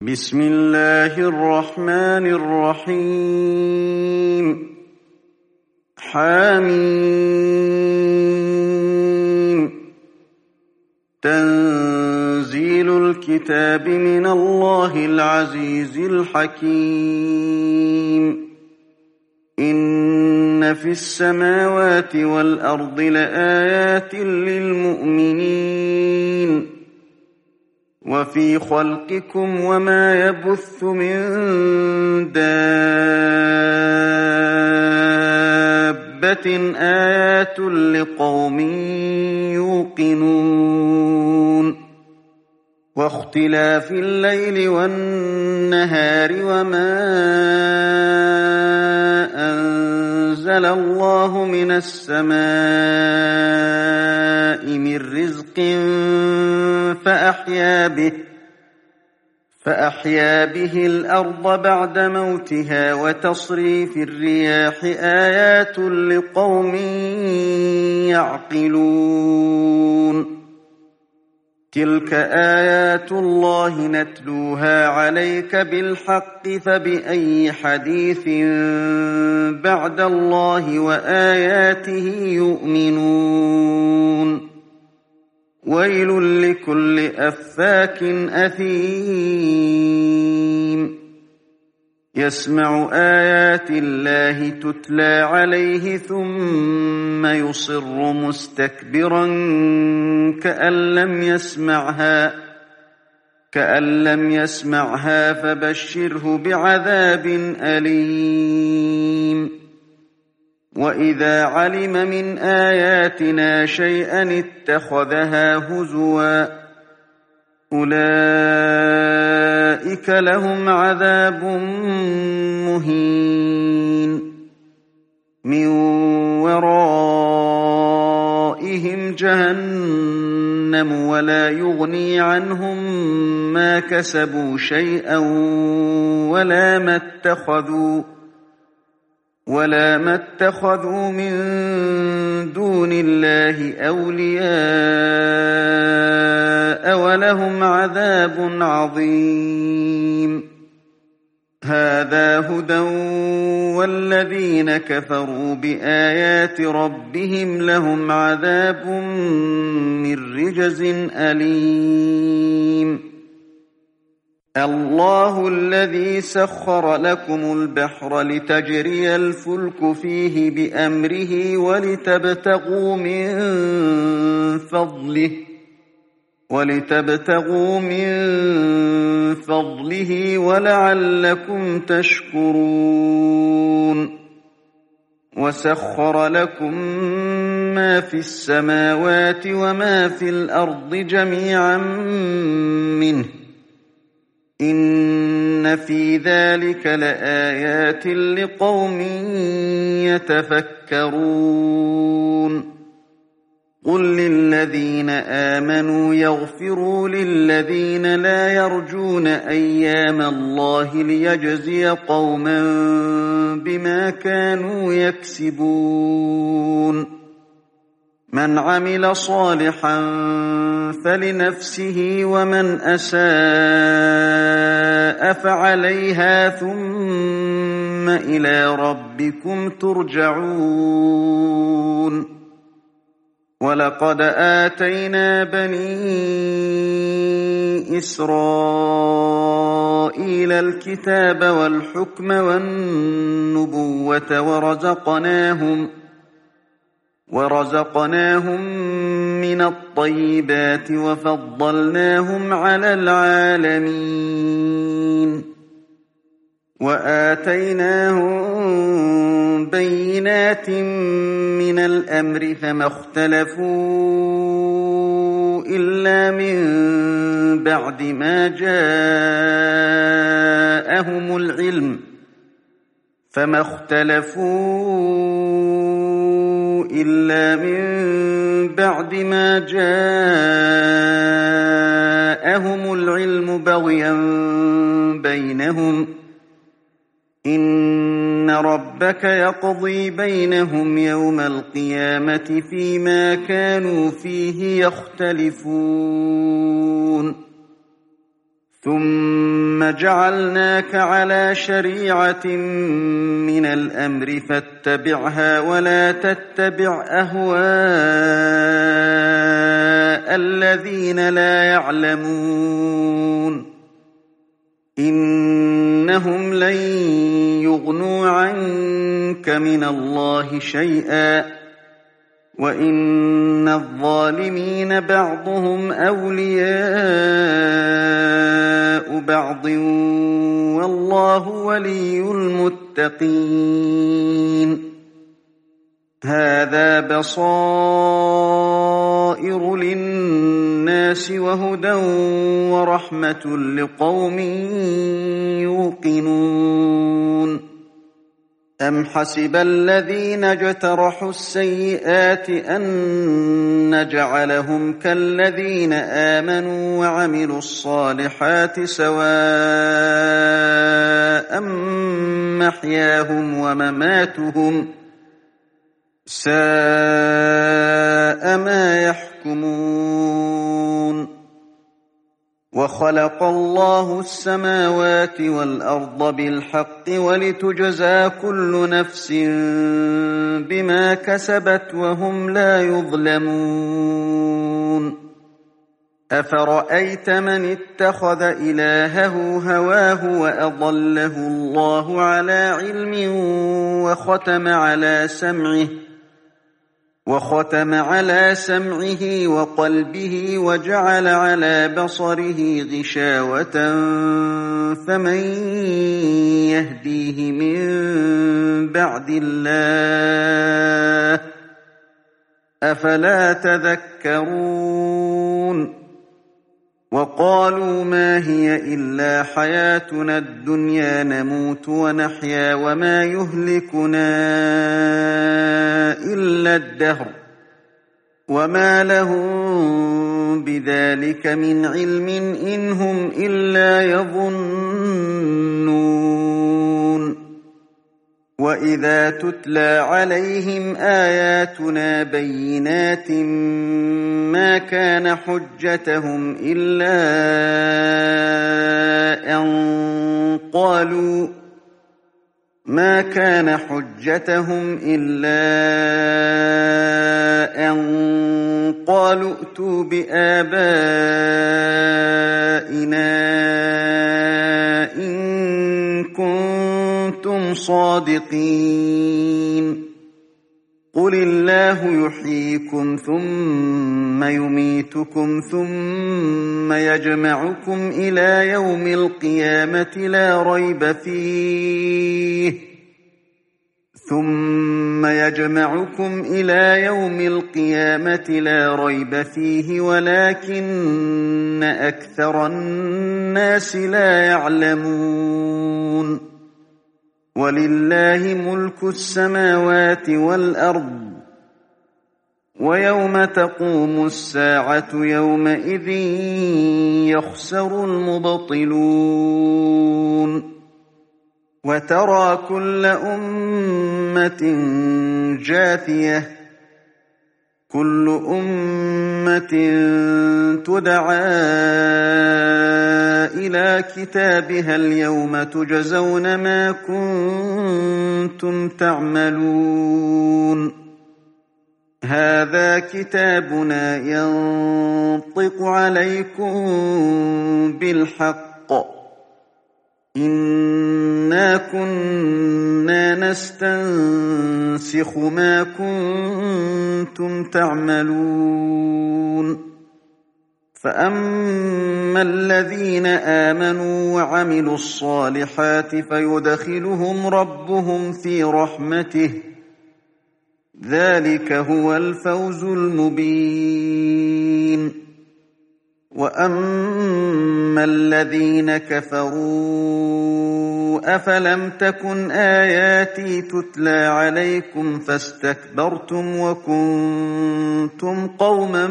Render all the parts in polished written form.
بسم الله الرحمن الرحيم حميم تنزيل الكتاب من الله العزيز الحكيم إن في السماوات والأرض لآيات للمؤمنين وفي خلقكم وما يبث من دابة آيات لقوم يوقنون واختلاف الليل والنهار وما أنزل الله من السماء من رزق فأحيا به الأرض بعد موتها وتصريف الرياح آيات لقوم يعقلون تلك آيات الله نتلوها عليك بالحق فبأي حديث بعد الله وآياته يؤمنون ويل لكل أفاك أثيم يسمع آيات الله تتلى عليه ثم يصر مستكبرا كأن لم يسمعها فبشره بعذاب أليم وإذا علم من آياتنا شيئا اتخذها هزوا أولئك لهم عذاب مهين من ورائهم جهنم ولا يغني عنهم ما كسبوا شيئا ولا ما اتخذوا من دون الله أولياء ولهم عذاب عظيم هذا هدى والذين كفروا بآيات ربهم لهم عذاب من رجز أليم الله الذي سخر لكم البحر لتجري الفلك فيه بأمره ولتبتغوا من فضله ولعلكم تشكرون وسخر لكم ما في السماوات وما في الأرض جميعا منه إن في ذلك لآيات لقوم يتفكرون قل للذين آمنوا يغفروا للذين لا يرجون أيام الله ليجزي قوما بما كانوا يكسبون من عمل صالحا فلنفسه ومن أساء فعليها ثم إلى ربكم ترجعون ولقد آتينا بني إسرائيل الكتاب والحكم والنبوة ورزقناهم من الطيبات وفضلناهم على العالمين وآتيناهم بينات من الأمر فما اختلفوا إلا من بعد ما جاءهم العلم بغيا بينهم إن ربك يقضي بينهم يوم القيامة فيما كانوا فيه يختلفون ثم جعلناك على شريعة من الأمر فاتبعها ولا تتبع أهواء الذين لا يعلمون إنهم لن يغنوا عنك من الله شيئا وإن الظالمين بعضهم أولياء بعض والله ولي المتقين هذا بصائر للناس وهدى ورحمة لقوم يوقنون أم حسب الذين اجترحوا السيئات أن نجعلهم كالذين آمنوا وعملوا الصالحات سواء محياهم ومماتهم ساء ما يحكمون وخلق الله السماوات والأرض بالحق ولتجزى كل نفس بما كسبت وهم لا يظلمون أفرأيت من اتخذ إلهه هواه وأضله الله على علم وختم على سمعه وقلبه وجعل على بصره غشاوة فمن يهديه من بعد الله أفلا تذكرون وقالوا ما هي إلا حياتنا الدنيا نموت ونحيا وما يهلكنا إلا الدهر وما لهم بذلك من علم إن هم إلا يظنون وإذا تتلى عليهم آياتنا بينات ما كان حجتهم إلا أن قالوا ائتوا بآبائنا إن كنتم صادقين قل الله يحييكم ثم يميتكم ثم يجمعكم إلى يوم القيامة لا ريب فيه ولكن أكثر الناس لا يعلمون ولله ملك السماوات والأرض ويوم تقوم الساعة يومئذ يخسر المبطلون وترى كل أمة جاثية كل أمة تدعى إلى كتابها اليوم تجزون ما كنتم تعملون هذا كتابنا ينطق عليكم بالحق إنا كنا نستنسخ ما كنتم تعملون فأما الذين آمنوا وعملوا الصالحات فيدخلهم ربهم في رحمته ذلك هو الفوز المبين وأما الذين كفروا أفلم تكن آياتي تتلى عليكم فاستكبرتم وكنتم قوما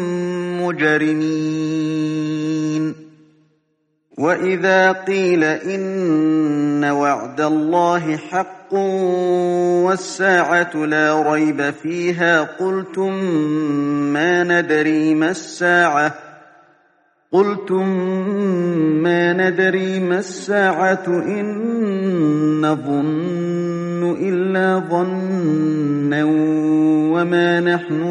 مجرمين وإذا قيل إن وعد الله حق والساعة لا ريب فيها قلتم ما ندري ما الساعة قلتم ما ندري ما الساعة إن نظن إلا ظنا وما نحن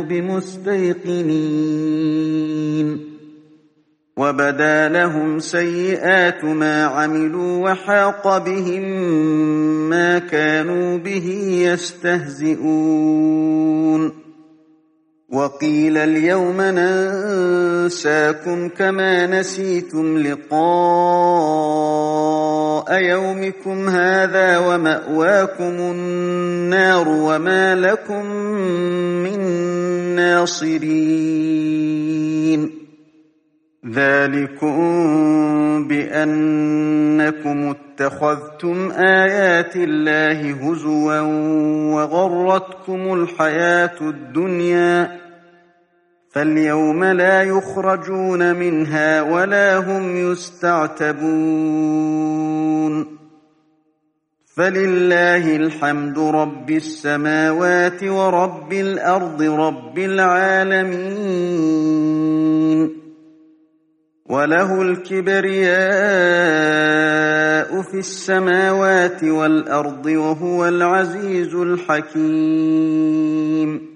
بمستيقنين وبدا لهم سيئات ما عملوا وحاق بهم ما كانوا به يستهزئون وقيل اليوم ننساكم كما نسيتم لقاء يومكم هذا ومأواكم النار وما لكم من ناصرين ذلكم بأنكم اتخذتم آيات الله هزوا وغرتكم الحياة الدنيا فاليوم لا يخرجون منها ولا هم يستعتبون فلله الحمد رب السماوات ورب الأرض رب العالمين وله الكبرياء في السماوات والأرض وهو العزيز الحكيم